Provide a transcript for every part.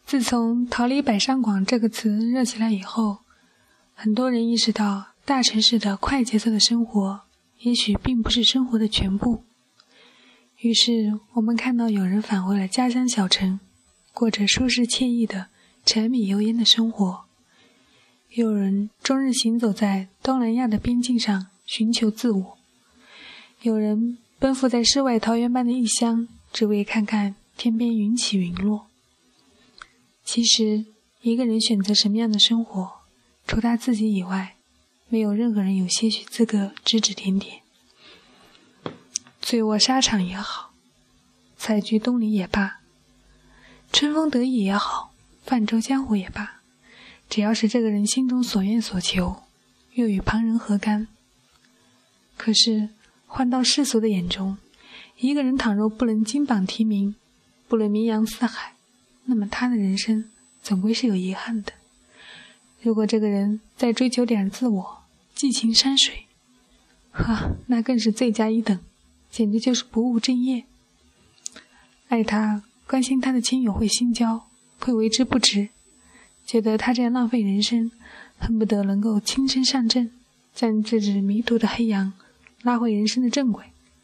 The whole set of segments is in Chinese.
自从“逃离北上广”这个词热起来以后，很多人意识到大城市的快节奏的生活也许并不是生活的全部。于是我们看到有人返回了家乡小城，过着舒适惬意的柴米油盐的生活，有人终日行走在东南亚的边境上寻求自我，有人奔赴在世外桃源般的异乡，只为看看天边云起云落。其实一个人选择什么样的生活，除他自己以外，没有任何人有些许资格指指点点。醉卧沙场也好，采菊东篱也罢，春风得意也好，泛舟江湖也罢，只要是这个人心中所愿所求，又与旁人何干？可是换到世俗的眼中，一个人倘若不能金榜题名，不能名扬四海，那么他的人生总归是有遗憾的。如果这个人再追求点自我，寄情山水，那更是罪加一等，简直就是不务正业。爱他关心他的亲友会心焦，会为之不值，觉得他这样浪费人生，恨不得能够亲身上阵，将这只迷途的黑羊拉回人生的正轨。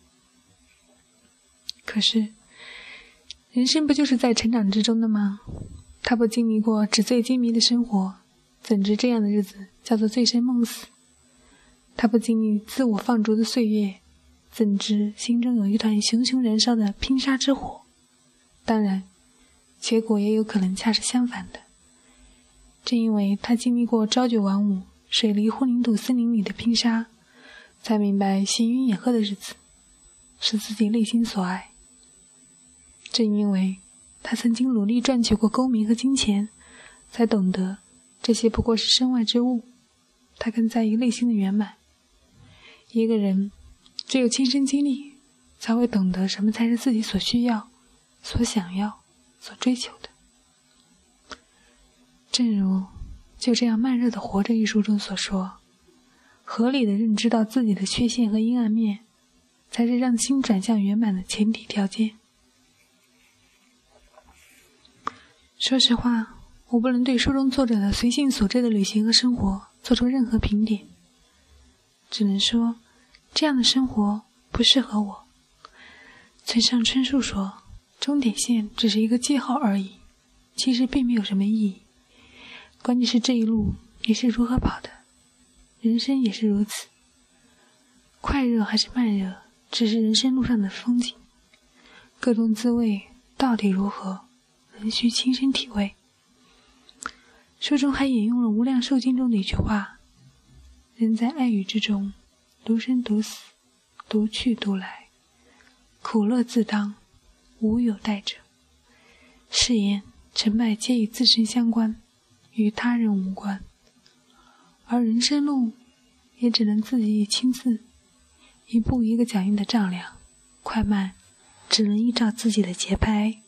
可是人生不就是在成长之中的吗？他不经历过纸醉金迷的生活，怎知这样的日子叫做醉生梦死？他不经历自我放逐的岁月，怎知心中有一团熊熊燃烧的拼杀之火？当然，结果也有可能恰是相反的。正因为他经历过朝九晚五、水泥混凝土森林里的拼杀，才明白行云野鹤的日子是自己内心所爱。正因为他曾经努力赚取过功名和金钱，才懂得这些不过是身外之物，他更在意内心的圆满。一个人只有亲身经历，才会懂得什么才是自己所需要、所想要、所追求的。正如《就这样慢热地活着》一书中所说，合理地认知到自己的缺陷和阴暗面，才是让心转向圆满的前提条件。说实话，我不能对书中作者的随性所致的旅行和生活做出任何评点，只能说这样的生活不适合我。村上春树说，终点线只是一个记号而已，其实并没有什么意义。关键是这一路你是如何跑的，人生也是如此。快热还是慢热，只是人生路上的风景，各种滋味到底如何，仍需亲身体会。书中还引用了《无量寿经》中的一句话：人在爱语之中，独生独死，独去独来，苦乐自当，无有代者。是言成败皆与自身相关，与他人无关，而人生路也只能自己亲自一步一个脚印的丈量，快慢只能依照自己的节拍。